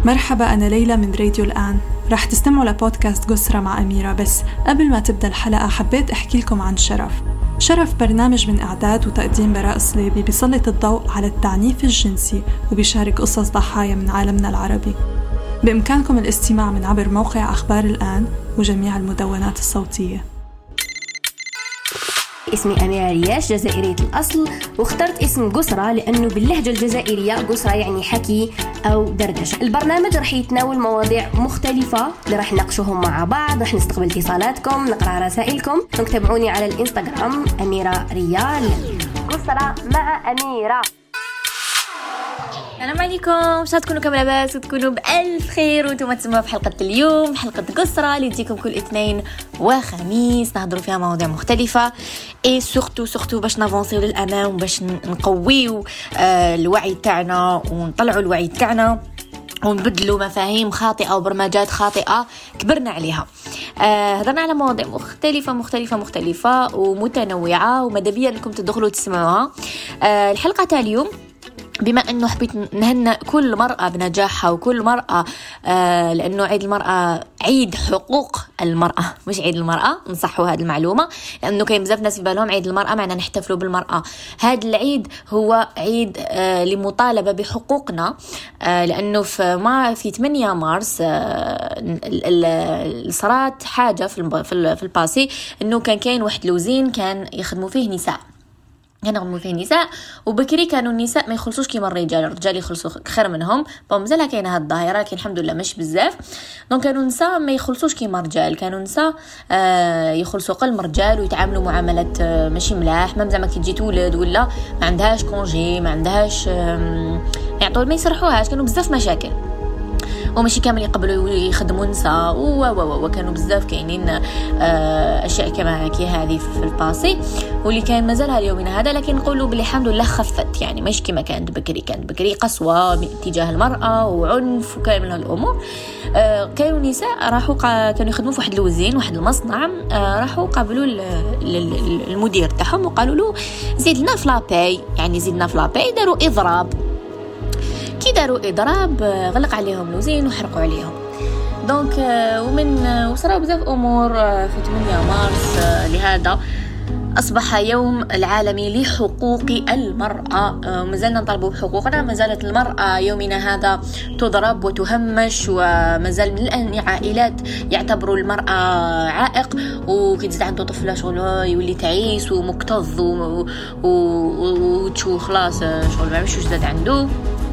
مرحبا، أنا ليلى من راديو الآن. رح تستمعوا لبودكاست قسرة مع أميرة، بس قبل ما تبدأ الحلقة حبيت أحكي لكم عن شرف برنامج من إعداد وتقديم براء صليبي بيسلط الضوء على التعنيف الجنسي وبيشارك قصص ضحايا من عالمنا العربي. بإمكانكم الاستماع من عبر موقع أخبار الآن وجميع المدونات الصوتية. اسمي أميرة رياش، جزائرية الأصل، واخترت اسم قسرة لأنه باللهجة الجزائرية قسرة يعني حكي أو دردشة. البرنامج رح يتناول مواضيع مختلفة اللي رح نناقشوهم مع بعض، رح نستقبل اتصالاتكم، نقرأ رسائلكم. تابعوني على الإنستغرام أميرة ريال. قسرة مع أميرة. السلام عليكم، ان شاء الله تكونوا كامل لاباس وتكونوا بألف خير. وانتم تسمعوا في حلقة اليوم، حلقة قسرة اللي تجيكم كل اثنين وخميس، نهضروا فيها مواضيع مختلفة اي سورتو باش نافونسيو للأمام وباش نقويو الوعي تاعنا ونطلعوا الوعي تاعنا ونبدلوا مفاهيم خاطئة وبرمجات خاطئة كبرنا عليها. هضرنا على مواضيع مختلفة ومتنوعة، وماذا بيا انكم تدخلوا تسمعوها. الحلقة تاع اليوم بما أنه حبيت نهنئ كل مرأة بنجاحها وكل مرأة لأنه عيد المرأة عيد حقوق المرأة مش عيد المرأة، نصحوا هذه المعلومة لأنه كاين بزاف ناس في بالهم عيد المرأة معنا نحتفلوا بالمرأة. هذا العيد هو عيد لمطالبة بحقوقنا، لأنه في 8 مارس صارت حاجة في الباسي أنه كان واحد لوزين كان يخدموا فيه نساء، وبكري كانوا النساء ما يخلصوش كيما الرجال يخلصوا خير منهم. مازالها كاينه هاد الظاهره لكن الحمد لله مش بزاف. دونك كانوا النساء ما يخلصوش كيما الرجال، كانوا النساء يخلصوا قل من الرجال ويتعاملوا معامله ماشي ملاح. ما زعما كي تجي تولد ولا ما عندهاش كونجي، ما عندهاش يعطوا ما يسرحوهاش، كانوا بزاف مشاكل وماشي كامل يقبلوا يخدموا نساء وكانوا بزاف كاينين اشياء كما هكي هذه في الباسي، واللي كان مازالها اليومنا هذا. لكن نقولوا باللي الحمد لله خفت، يعني مش كما كانت بكري قسوه تجاه المراه وعنف وكامل هالامور. كانوا نساء كانوا يخدموا في واحد الوزين واحد المصنع، راحوا قابلوا المدير تاعهم وقالوا له زيد لنا في لاباي، يعني زيدنا في لاباي. داروا إضراب غلق عليهم لوزين وحرقوا عليهم. دونك وصاروا بزاف أمور في 8 مارس. لهذا أصبح يوم العالمي لحقوق المرأة. مازلنا نطالبوا بحقوقنا، مازالت المرأة يومنا هذا تضرب وتهمش، ومازال من العائلات يعتبروا المرأة عائق، وكي تزيد عنده طفلة شغل يولي تعيس ومكتظ وتشو خلاص شغل ما مش زاد عنده.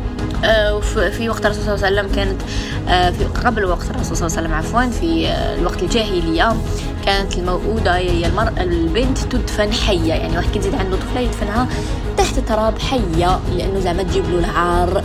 في وقت الرسول صلى الله عليه وسلم كانت في قبل وقت الرسول صلى الله عليه وسلم عفوا في الوقت الجاهلية كانت الموؤودة هي المرأة البنت تدفن حية، يعني واحد كيزيد عنده طفلة يدفنها تحت تراب حية لأنه زعما تجيب له العار.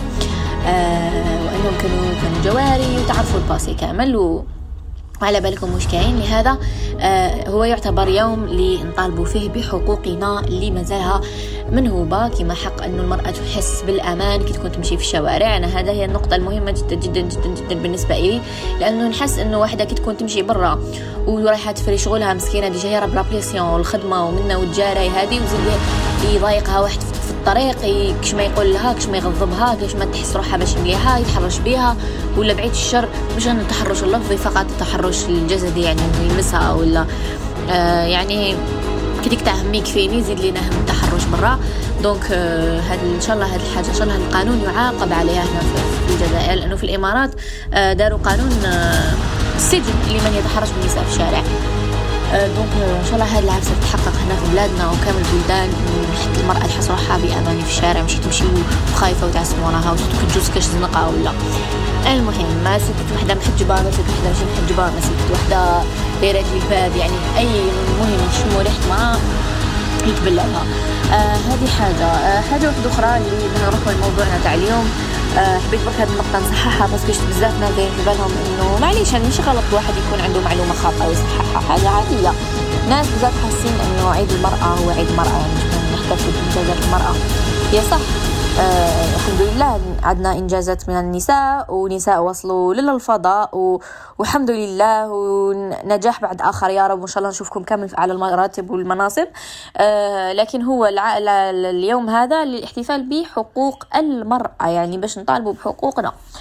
وأنهم كانوا جواري وتعرفوا الباسي كامل وعلى بالكم مش كاين. لهذا هو يعتبر يوم اللي نطالبوا فيه بحقوقنا اللي مازالها منهوبة، كما حق أنه المرأة تحس بالأمان كي تكون تمشي في الشوارع. أنا هذا هي النقطة المهمة جدا جدا جدا جدا بالنسبة لي، لأنه نحس أنه واحدة كي تكون تمشي برا ورايحة تفري شغلها مسكينة دي جاية بلا بليسيون والخدمة ومنها والجارة هذه، وزيد يضايقها واحد في الطريق كش ما يقول لها كش ما يغضبها كش ما تحس روحها ماشي مليحة يتحرش بيها، ولا بعيد الشر مش أن التحرش اللفظي فقط، التحرش الجسدي يعني يلمسها ولا يعني كديك تاهميك فيني زيد لينا هم التحرش برا. دونك هذا ان شاء الله هذه الحاجه ان شاء الله القانون يعاقب عليها هنا في الجزائر، لانه في الامارات داروا قانون السجن لمن يتحرش بالنساء في الشارع. دونك ان شاء الله هذا العفسه تتحقق هنا في بلادنا وكامل البلدان، حتى المراه تحس روحها بامان في الشارع ماشي تمشي وخايفه وتعسم وراها وتجوز كاش زنقه ولا. المهم ما ست وحده محجبه، ما ست وحده ماشي محجبه، ما ست وحده دايره الباب، يعني اي المهم نشموا ريحه ما يتبلعها. هذه حاجه واحده اخرى اللي نروحوا لموضوعنا تاع اليوم. حبيت برك هذه النقطه نصححها باسكو بزاف ناس دايرين في بالهم انه معليش يعني مش غلط واحد يكون عنده معلومه خاطئه ويصححها، حاجه عاديه. ناس بزاف حاسين انه عيد المراه هو عيد المراه، يعني نحتفل بانجازات المراه. هي صح، الحمد لله عندنا إنجازات من النساء ونساء وصلوا للفضاء والحمد لله، ونجاح بعد آخر يا رب، وإن شاء الله نشوفكم كامل على المراتب والمناصب. لكن هو اليوم هذا للاحتفال بحقوق المرأة، يعني باش نطالبوا بحقوقنا.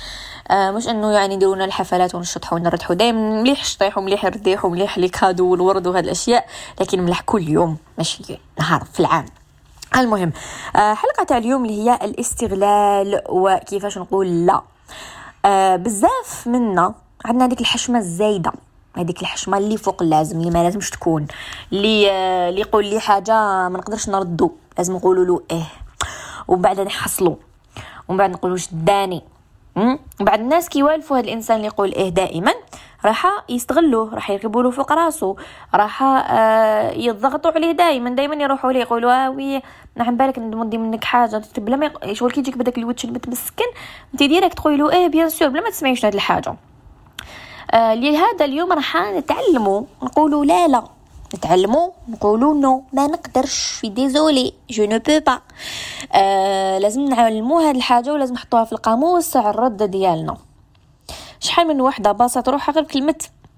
مش انه يعني يديرونا الحفلات ونشطحوا ونرتحوا. دائما مليح الشطيح ومليح الرديح ومليح لي كادو والورد وهذه الاشياء، لكن مليح كل يوم ماشي نهار في العام. المهم حلقة تاع اليوم اللي هي الاستغلال وكيفاش نقول لا. بزاف منا عندنا هذيك الحشمة الزايدة، هذيك الحشمة اللي فوق اللازم، اللي ما لازمش تكون، اللي يقول لي حاجة ما نقدرش نردو، لازم نقولوا له ايه وبعد نحصلوا وبعد نقولوا شداني. بعد الناس كيوالفوا هذا الانسان اللي يقول ايه دائما راح يستغلوه، راح يركبوا له فوق راسه، راح يضغطوا عليه دائما يروحوا ليه يقولوا وي نعم بالك ندي منك حاجه بلا ما شغل كي يجيك بداك الوجه المتمسكن انت ديريكت تقولي له ايه بيان سور بلا ما تسمعيش هذه الحاجه. لهذا اليوم راح نتعلموا نقولوا لا، نتعلموا نقولوا نو ما نقدرش في ديزولي جو نو بو با. لازم نعلموا هذه الحاجه ولازم نحطوها في القاموس تاع الرد ديالنا. شحال من وحده باصت روحها غير بكلمه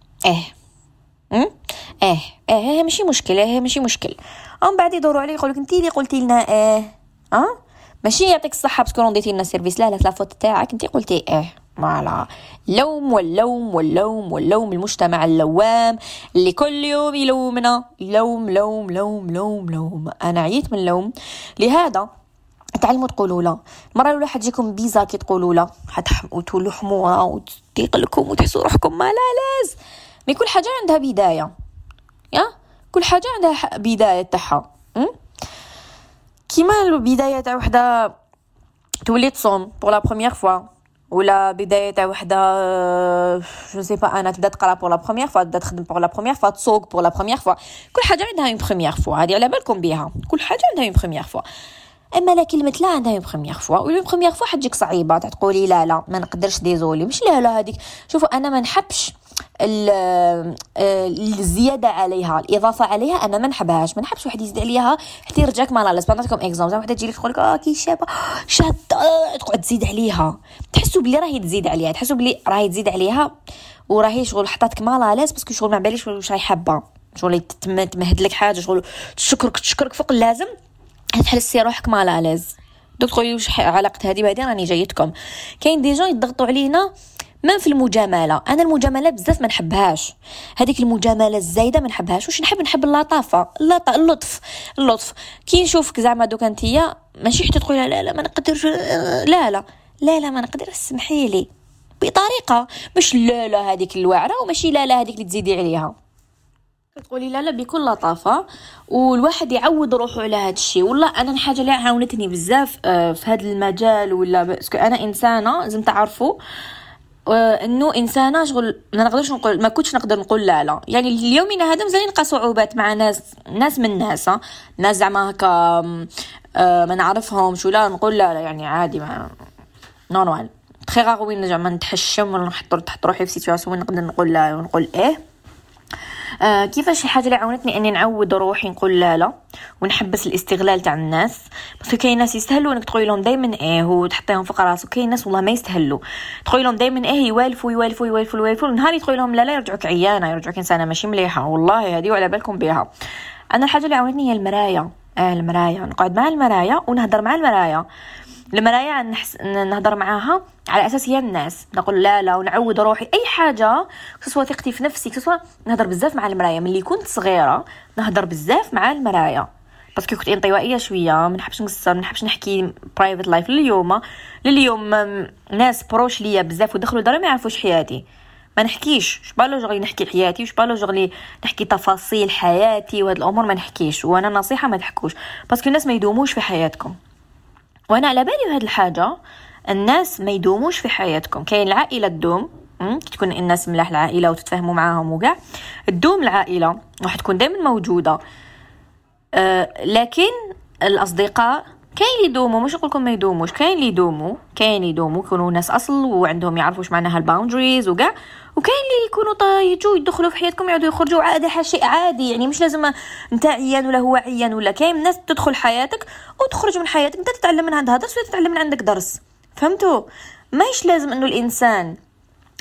ايه ماشي مشكل ماشي مشكل، ومن بعد يدوروا عليه يقولوا انتي اللي قلتي لنا ماشي يعطيك الصحه باسكو رديتي لنا السيرفيس، لا لا فوت تاعك انتي قلتي فوالا. لوم واللوم واللوم واللوم، المجتمع اللوام اللي كل يوم يلومنا، لوم لوم لوم لوم لوم. انا عييت من اللوم، لهذا تعلموا تقولوا لا. المره الاولى حتجيكم بيزا كي تقولوا لا، وتولوا حموره وتضيق لكم وتحسوا روحكم ما لاز. مي كل حاجه عندها بدايه، كل حاجه عندها بدايه تاعها. كيما البدايه تاع وحده تولي تصوم بور لا بروميير فوا، ولا بدايه تاع وحده جو سي با انا تبدا تقرا بور لا بروميير فوا، تبدا تخدم بور لا بروميير فوا، تسوق بور لا بروميير فوا. كل حاجه عندها اون بروميير فوا، هذه على بالكم بها، كل حاجه عندها اون بروميير فوا. اما لا كلمه لا عندها اون بروميير فوا، اون بروميير فوا حتجيك صعيبه تقولي لا ما نقدرش ديزولي، مش لا هذيك. شوفوا انا ما نحبش الزياده عليها، الاضافه عليها انا ما نحبهاش واحد يزيد عليها حتى يرجعك مالالس. بعطيكم اكزامبل، وحده تجي لك تقول لك كي شابه شاده تقعد تزيد عليها، تحسوا بلي راهي تزيد عليها، تحسوا بلي راهي تزيد عليها وراهي شغل حطاتك مالالس باسكو شغل ما باليش واش راهي حابه، شغل تمهد لك حاجه، شغل تشكرك فوق اللازم، تحسي روحك مالالس. دوك تقولي واش علاقه هذه بهذه؟ راني جايتكم. كاين دي جون يضغطوا علينا ما في المجامله. انا المجامله بزاف ما نحبهاش، هذيك المجامله الزايده ما نحبهاش. واش نحب اللطافه، اللطف. كي نشوفك زعما دوك انتيا ماشي حتى تقولي لا ما نقدرش، لا ما نقدرش، سمحي لي بطريقه، مش لا هذيك الواعره وماشي لا هذيك اللي تزيدي عليها. تقولي لا بكل لطافه، والواحد يعود روحه على هذا الشيء. والله انا الحاجه اللي عاونتني بزاف في هذا المجال، ولا باسكو انا انسانه لازم تعرفوا انه انسانه شغل ما نقدرش نقول، ما كنتش نقدر نقول لا. يعني اليومين هذا مازال نلقى صعوبات مع ناس من ناس زعما هكا ما نعرفهمش، ولا نقول لا يعني عادي ما نورمال. تخي غير وين زعما نتحشم ولا نحط روحي في سيتواسيون وين نقدر نقول لا ونقول كيفاش الحاجه اللي عاونتني اني نعود روحي نقول لا ونحبس الاستغلال تاع الناس. بس كاين ناس يستاهلوا انك تقول لهم دائما وتحطيهم فوق راسك، كاين ناس والله ما يستاهلوا تقول لهم دائما يوالفوا نهار تقول لهم لا يرجعوك عيانه، يرجعوك انسانه ماشي مليحه. والله هذه وعلى بالكم بها. انا الحاجه اللي عاونتني هي المرايه. نقعد مع المرايه ونهضر مع المرايه نهضر معاها على اساس هي الناس، نقول لا ونعود روحي اي حاجه، سواء ثقتي في نفسي، سواء نهضر بزاف مع المرايه. ملي كنت صغيره نهضر بزاف مع المرايه باسكو كنت انطوائيه شويه، ما نحبش نقصر، ما نحبش نحكي برايفت لايف. لليوم ناس بروش ليا بزاف ودخلوا دار ما يعرفوش حياتي، ما نحكيش واش بالو جغلي نحكي حياتي، واش بالو جغلي نحكي تفاصيل حياتي وهاد الامور ما نحكيش. وانا نصيحه ما تحكوش باسكو الناس ما يدوموش في حياتكم. وانا على بالي بهذه الحاجه، الناس ما يدوموش في حياتكم. كاين العائله تدوم، تكون الناس ملاح العائله وتتفاهموا معاهم وكاع تدوم العائله وحتكون دائما موجوده. لكن الاصدقاء كاين اللي يدوموا، مش نقول لكم ما يدوموش، كاين اللي يدوموا يكونوا ناس اصل وعندهم يعرفوش معناها الباوندريز وكاع، وكاين اللي يكونوا يجوا يدخلوا في حياتكم يعودوا يخرجوا عادي، شيء عادي. يعني مش لازم انت عيان ولا هو عيان، ولا كاين ناس تدخل حياتك وتخرج من حياتك، انت تتعلم من عندها درس ولا تتعلم من عندك درس. فهمتوا؟ ماش لازم انه الانسان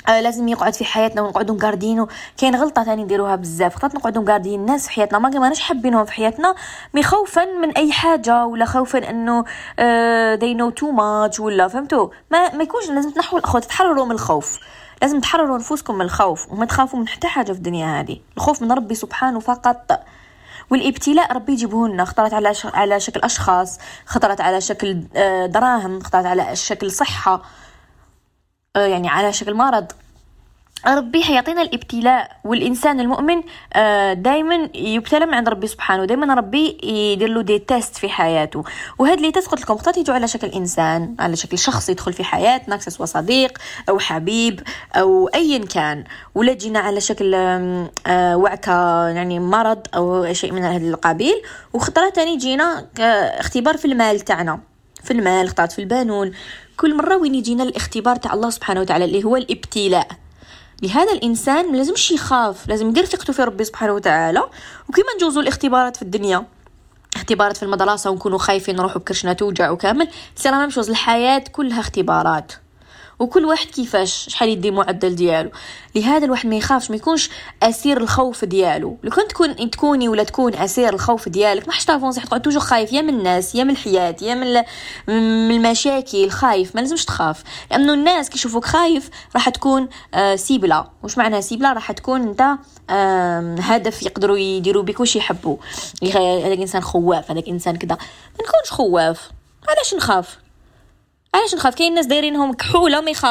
لازم يقعد في حياتنا ونقعدوا نقاردينه. كاين غلطه ثاني نديروها بزاف، خاطر نقعدوا نقاردين الناس في حياتنا ما ماناش حابينهم في حياتنا، خوفا من اي حاجه ولا خوفا انه they know too much ولا فهمتوا. ما يكونش. لازم تنحوا الاخوات، تحرروا من الخوف، لازم تحرروا نفوسكم من الخوف وما تخافوا من حتى حاجه في الدنيا هذه. الخوف من ربي سبحانه فقط، والابتلاء ربي يجيبه لنا. خطرت على شكل اشخاص، خطرت على شكل دراهم، خطرت على شكل صحه، يعني على شكل مرض. ربي حيعطينا الابتلاء، والإنسان المؤمن دايما يبتلى من عند ربي سبحانه، دايما ربي يدير له دي تيست في حياته. وهاد لي تيست قلت لكم قد يجوا على شكل إنسان، على شكل شخص يدخل في حياتنا، سواء صديق أو حبيب أو أيا كان، ولا جينا على شكل وعكة يعني مرض أو شيء من هذا القبيل. وخطرة تاني جينا اختبار في المال تاعنا، في المال، اختارت في البانون. كل مرة وين يجينا الاختبار تاع الله سبحانه وتعالى اللي هو الابتلاء. لهذا الإنسان ما لازمش يخاف، لازم يدير ثقته في ربي سبحانه وتعالى. وكما نجوزوا الاختبارات في الدنيا، اختبارات في المدرسة ونكونوا خايفين نروحوا بكرشنا توجع وكامل، سير ما مشوز الحياة كلها اختبارات، وكل واحد كيفاش شحال يدي معدل ديالو. لهذا الواحد ما يخافش، ما يكونش اسير الخوف ديالو. لو كنت تكوني ولا تكون اسير الخوف ديالك ما حش تعرفون صح، تقعد توجو خايف يا من الناس يا من الحياة يا من المشاكل. خايف ما لازمش تخاف، لانه الناس كيشوفوك خايف راح تكون سيبله. وش معنى سيبله؟ راح تكون انت هدف يقدروا يديروا بك وش يحبوا. هذاك انسان خواف، هذاك انسان كذا. ما نكونش خواف. علاش نخاف؟ كاين الناس دايرينهم كحوله ما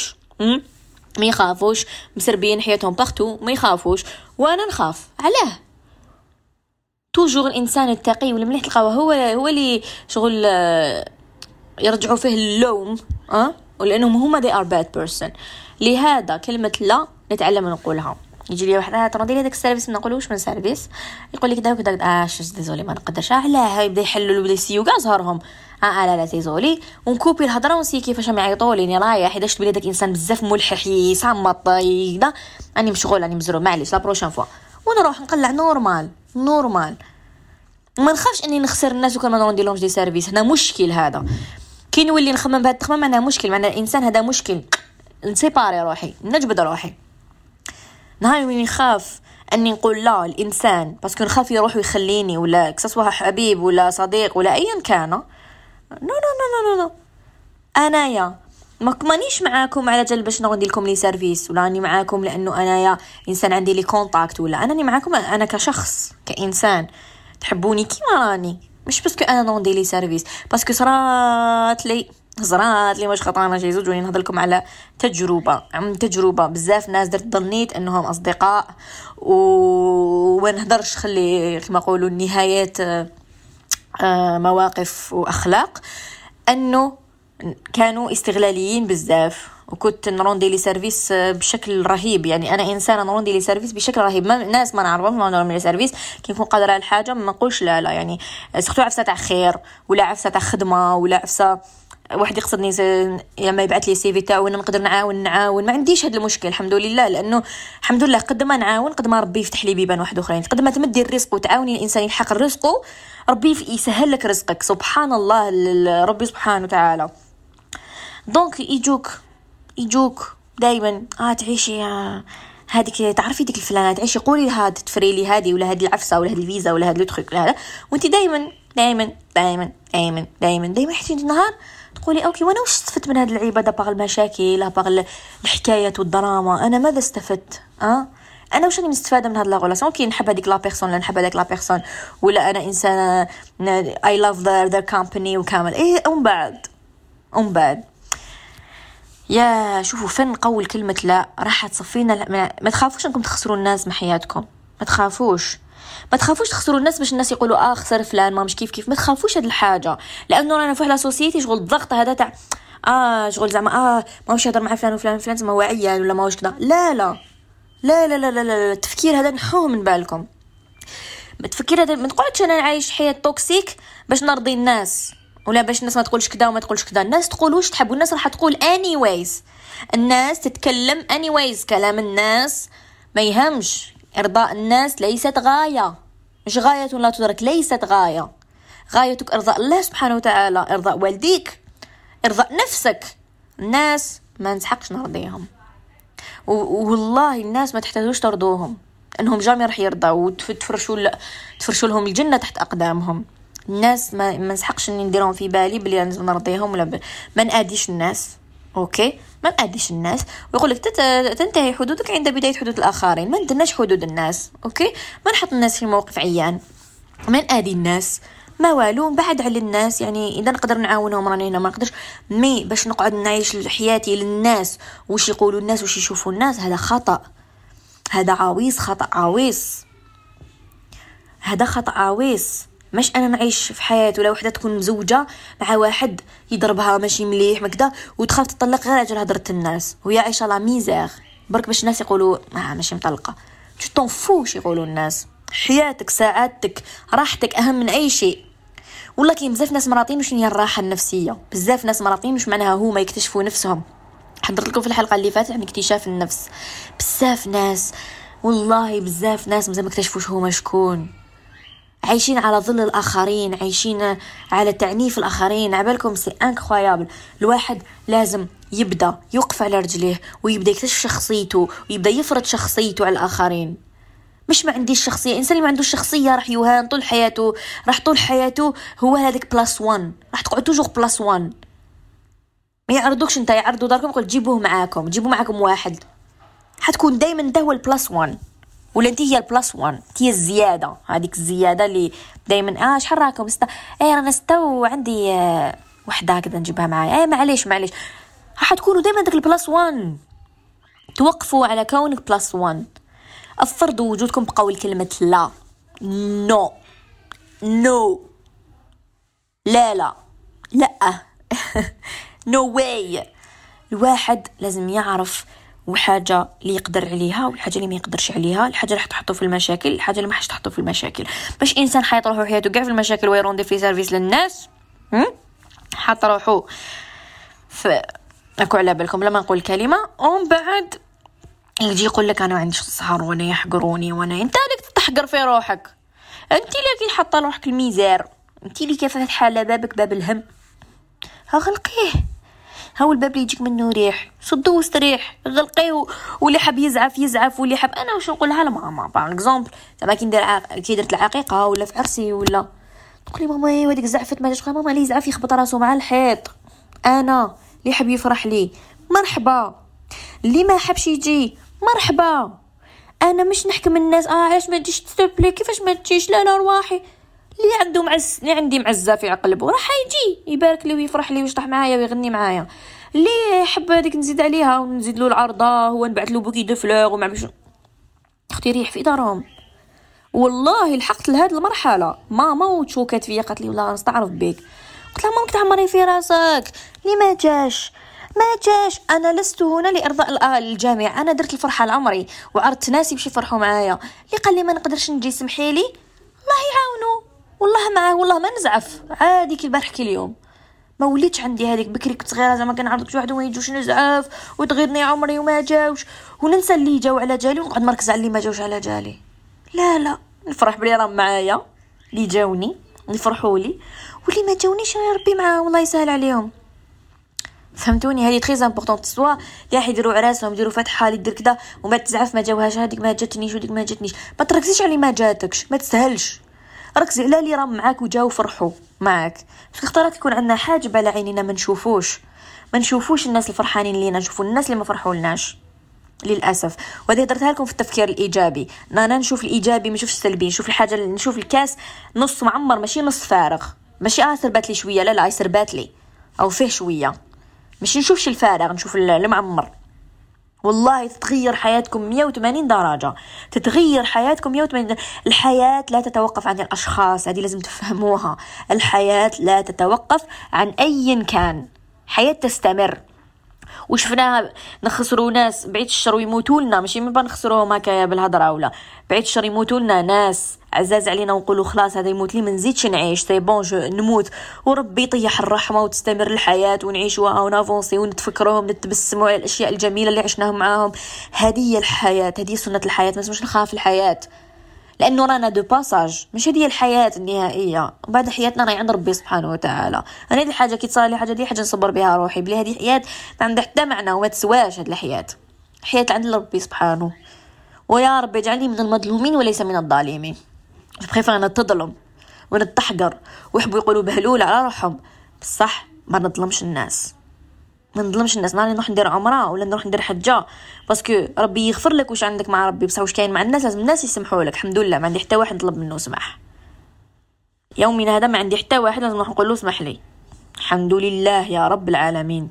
يخافوش مسربين حياتهم بارتو ما يخافوش، وانا نخاف. علاه؟ توجور الانسان التقي ولا مليح تلقاوه هو اللي شغل يرجعوا فيه اللوم ولانهم هما they are bad person. لهذا كلمه لا نتعلم نقولها. يجي لي واحد ترى ديري هذاك السيرفيس، ما نقولوش من سيرفيس، يقول لي كذا وكذا ديزولي ما نقدرش. علاه؟ يبدا يحلوا ولا يسيو كاع زهرهم. لا ديزولي، ونكوبي الهضره ونسي كيفاش ما يعيطوا لي رايح اذا شفت بلي داك انسان بزاف ملحح يصمت كذا، راني مشغول راني مزروع معليش لا بروشين فوا، ونروح نقلع نورمال. وما نخافش اني نخسر الناس وكان ما ندير لهمش دي سيرفيس. هنا مشكل، هذا كي نولي نخمم بهذا التخمام معناها مشكل، معناها الانسان هذا مشكل. نسيباري روحي، نجبد روحي. نهار وين نخاف اني نقول لا الانسان باسكو نخاف يروح ويخليني، ولا كسوا حبيب ولا صديق ولا ايا كان. نو انايا مانيش معاكم على جال باش ندير لكم لي سيرفيس، ولا راني معاكم لانه انايا انسان عندي لي كونتاكت، ولا انني معاكم انا كشخص كانسان تحبوني كيما راني، مش باسكو انا ندير لي سيرفيس. باسكو صرات لي واش خطانا شي زوج، ونهضر لكم على تجربه. بزاف ناس درت ظنيت انهم اصدقاء وما نهضرش، خلي كما يقولوا النهايات مواقف واخلاق، انه كانوا استغلاليين بزاف. وكنت نروندي لي سيرفيس بشكل رهيب، يعني انا انسانه نروندي لي سيرفيس بشكل رهيب. ما الناس ما نعرفهم ما نروندي لي سيرفيس كي نكون قادره على الحاجه ما نقولش لا. يعني سختو عفسه تاع خير ولا عفسه تاع خدمه ولا عفسه واحد يقصدني لما يبعث لي سي في تاعو وانا نقدر نعاون ما عنديش هذا المشكل الحمد لله. لانه الحمد لله قد ما نعاون قد ما ربي يفتح لي بيبان واحد اخرين، قد ما تمدي الرزق وتعاوني الانسان يحقق رزقه ربي يسهل لك رزقك. سبحان الله ربي سبحانه وتعالى. دونك يجوك دائما تعيشي هذيك، تعرفي ديك الفلانه تعيشي قولي لها تفري لي هذه ولا هذه العفسه ولا هذه الفيزا ولا هذا التخيك هذا، وانت دائما حتى النهار تقولي اوكي وانا واش استفدت من هذه العباده باغ المشاكل باغ الحكايات والدراما. انا ماذا استفدت؟ انا واش راني مستفاده من هذه لا غولاسيون؟ كي نحب هذيك لا بيرسون ولا نحب هذاك لا بيرسون ولا انا انسان اي لاف their company وكامل ومن بعد يا شوفوا فن قول كلمه لا راح تصفينا. ما تخافوش انكم تخسروا الناس من حياتكم، ما تخافوش تخسروا الناس باش الناس يقولوا خسر فلان ما مش كيف. ما تخافوش هذه الحاجه، لانه رانا في واحد لا سوسيتي شغل الضغط هذا تاع شغل زعما ماهوش يهضر مع فلان وفلان زعما هو عيال ولا ماهوش كذا. لا التفكير هذا نحوه من بالكم. التفكير هذا ما تقعدش انا نعيش حياه توكسيك باش نرضي الناس ولا باش الناس ما تقولش كذا وما تقولش كذا. الناس تقولوش تحبوا، الناس راح تقول anyways، الناس تتكلم anyways. كلام الناس ما يهمش. ارضاء الناس ليست غايه، مش غايه لا تدرك، ليست غايه. غايتك ارضاء الله سبحانه وتعالى، ارضاء والديك، ارضاء نفسك. الناس ما نسحقش نرضيهم. والله الناس ما تحتاجوش ترضوهم، انهم جامي رح يرضوا وتفرشوا لهم الجنه تحت اقدامهم. الناس ما نسحقش اني نديرهم في بالي بلي لازم نرضيهم ولا ما ناديش الناس. اوكي، ما ناديش الناس، ويقول لك تنتهي حدودك عند بدايه حدود الاخرين. ما ندناش حدود الناس. اوكي، ما نحط الناس في موقف عيان، ما نادي الناس، ما والو، بعد على الناس. يعني اذا نقدر نعاونهم راني هنا، ما نقدرش مي باش نقعد نعيش حياتي للناس وش يقولوا الناس وش يشوفوا الناس. هذا خطأ، هذا عويص، خطأ عويص، هذا خطأ عويص. مش انا نعيش في حياتي ولا وحده تكون مزوجه مع واحد يضربها ماشي مليح مكدا وتخاف تطلق غير اجل هضره الناس وهي عايشه لا ميزير برك باش الناس يقولوا ماشي مطلقه. تو طون فوش يقولوا الناس. حياتك، سعادتك، راحتك اهم من اي شيء. والله كاين بزاف ناس مراطين وشنو هي الراحه النفسيه. بزاف ناس مراطين وش معناها هما يكتشفوا نفسهم. حضرت لكم في الحلقه اللي فاتت عن اكتشاف النفس. بزاف ناس، والله بزاف ناس مازال ما اكتشفوش هما شكون، عايشين على ظل الآخرين، عايشين على تعنيف الآخرين. عبالكم سي انكرويابل. الواحد لازم يبدأ يوقف على رجليه ويبدأ يكتشف شخصيته ويبدأ يفرض شخصيته على الآخرين. مش ما عنديش شخصية. الإنسان اللي ما عندوش شخصية راح يوهان طول حياته، راح طول حياته هو هذاك بلاس 1، راح تقعد توجور بلاس 1. ما يعرضوكش انت، يعرضوا داركم يقول جيبوه معاكم، جيبوا معاكم واحد، حتكون دايما انت هو البلاس 1 ولا انت هي البلاس 1، هي الزياده، هذيك الزياده اللي دائما شحال راكم رانا 6 وعندي وحده كذا نجيبها معايا. معليش راح تكونوا دائما داك البلاس 1. توقفوا على كونك بلاس 1. افرضوا وجودكم بقول كلمه لا، نو لا نو واي. الواحد لازم يعرف وحاجة اللي يقدر عليها والحاجة اللي ما يقدرش عليها، الحاجة اللي حتحطه في المشاكل، الحاجة اللي ما حش تحطه في المشاكل. باش إنسان حيط روحو حياته قاع في المشاكل ويروندي في سيرفيس للناس، حط روحو في أكو على بالكم لما نقول كلمة ومن بعد يجي يقول لك أنا عندي سهر وانا يحقروني وانا انت لك تحقر في روحك. انت اللي حاطه روحك الميزار، انت اللي كيف فاتحه على بابك باب الهم. غلقيه، هاو الباب اللي يجيك منه ريح، صدو واستريح، غلقيه. واللي حاب يزعف واللي حاب. انا واش نقولها لماما باغ اكزومبل زعما كي درت العقيقه ولا في عرسي ولا تقولي ماما هذيك زعفت ما جاتش. ماما اللي يزعف يخبط راسه مع الحيط. انا اللي حاب يفرح لي مرحبا، اللي ما حبش يجي مرحبا. انا مش نحكم الناس علاش ما تجيش تستبلي كيفاش ما تجيش. لا رواحي اللي عنده اللي عندي معزه في قلبه راح يجي يبارك لي ويفرح لي ويشطح معايا ويغني معايا. اللي يحب هذيك نزيد عليها ونزيد له العرضه هو نبعث له بوكي دو فلور وما بيش اختي ريح في دارهم. والله لحقت لهاد المرحله ماما وتشوكات فيا قالت لي والله نستعرف بك. قلت لها ماما تعمري في راسك لي ما جاش. انا لست هنا لارضاء الجميع. انا درت الفرحه لعمري وعرضت ناسي باش يفرحوا معايا. اللي قال لي ما نقدرش نجي سمحي لي الله يعاونو. والله معاه والله ما نزعف عادي كي البارح كي اليوم. ما وليتش عندي هذيك بكري كنت صغيره زعما كنعرض شي واحد وما يجوش نزعف وتغيرني عمري وما جاوش وننسى اللي جاو على جالي ونقعد مركز على اللي ما جاوش على جالي. لا نفرح بلي راهم معايا اللي جاوني يفرحوا لي واللي ما جاونيش يا ربي معاهم والله يسهل عليهم. فهمتوني؟ هذه تري امبورطون. سوا اللي راح يديروا عراسهم يديروا فتحه اللي دير كذا وما تزعف ما جاوهاش هذيك ما جاتنيش وديك ما جاتنيش. ما تركزيش على اللي ما جاتكش، ما تسهلش، ركزي على اللي راهم معاك وجاو فرحوا معاك. باش خطرات يكون عندنا حاجب على عينينا ما نشوفوش الناس الفرحانين لينا، نشوفوا الناس اللي ما فرحوا لناش للاسف. وهذه درتها لكم في التفكير الايجابي. انا نشوف الايجابي ما نشوفش السلبي، نشوف الحاجه اللي نشوف الكاس نص معمر ماشي نص فارغ. ماشي سربات لي شويه، لا سربات لي او فيه شويه، ماشي نشوفش الفارغ نشوف المعمر. والله تتغير حياتكم 180 درجة، تتغير حياتكم 180 درجة. الحياة لا تتوقف عن الأشخاص، هذه لازم تفهموها. الحياة لا تتوقف عن أي كان، حياة تستمر. وشفناها نخسروا ناس بعيد الشر ويموتوا لنا، ماشي ما نخسروهم هكايا بالهضره ولا بعيد الشر يموتوا لنا ناس عزاز علينا ونقولوا خلاص هذا يموت لي ما نزيدش نعيش سي بون نموت وربي يطيح الرحمه وتستمر الحياه ونعيشوها ونافونسي ونتفكروهم نتبسموا على الاشياء الجميله اللي عشناهم معاهم. هذه هي الحياه، هذه سنه الحياه. ما نسموش نخاف الحياه لانه رانا دو باساج، مش هذه الحياه النهائيه. بعد حياتنا راهي عند ربي سبحانه وتعالى. انا هذه الحاجه كي تصالي حاجه دي حاجه نصبر بها روحي بلي هذه حياه ما عندها حتى معنى وما تسواش هذه الحياه. حياة عند ربي سبحانه. ويا رب اجعلني من المظلومين وليس من الظالمين. بخاف أنا نتظلم ونتحقر ويحبوا يقولوا بهلول على روحهم، بصح ما نظلمش الناس، ما نظلمش الناس. نهار نروح ندير عمره ولا نروح ندير حجه باسكو ربي يغفر لك واش عندك مع ربي، بصح واش كاين مع الناس لازم الناس يسمحوا لك. الحمد لله ما عندي حتى واحد نطلب منه سماح، يومنا هذا ما عندي حتى واحد لازم نروح نقول له اسمح لي. الحمد لله يا رب العالمين.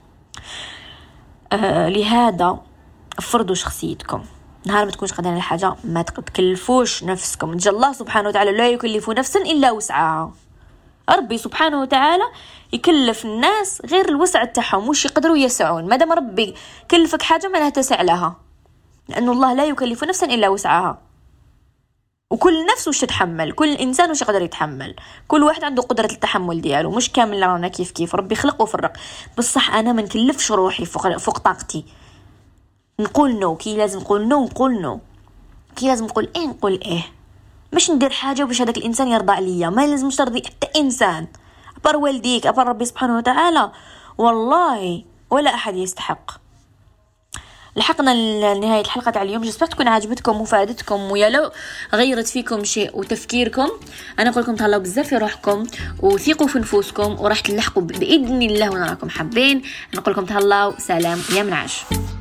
لهذا فرضوا شخصيتكم. نهار ما تكونش قادرين على حاجه ما تكلفوش نفسكم. جا الله سبحانه وتعالى لا يكلف نفسا الا وسعها. ربي سبحانه وتعالى يكلف الناس غير الوسع تاعهم واش يقدروا يسعون. مادام ربي كلفك حاجه معناها تسع لها، لأن الله لا يكلف نفسا الا وسعها. وكل نفس وش تتحمل، كل انسان وش يقدر يتحمل، كل واحد عنده قدره التحمل ديالو. مش كامل رانا كيف ربي خلق وفرق. بصح انا ما نكلفش روحي فوق طاقتي. نقول نو كي لازم نقول نو، نقول نو كي لازم نقول ايه، نقول ايه. مش ندير حاجه باش هذاك الانسان يرضى عليا. ما لازمش ترضي حتى انسان ابر والديك ابر ربي سبحانه وتعالى، والله ولا احد يستحق. لحقنا لنهاية الحلقة تاع اليوم. جسبت تكون عجبتكم وفادتكم ويا لو غيرت فيكم شيء وتفكيركم. أنا أقول لكم تهلاو بزاف في روحكم وثيقوا في نفوسكم وراح تلحقوا بإذن الله ونراكم حابين. أنا أقول لكم تهلاو، سلام يا منعش.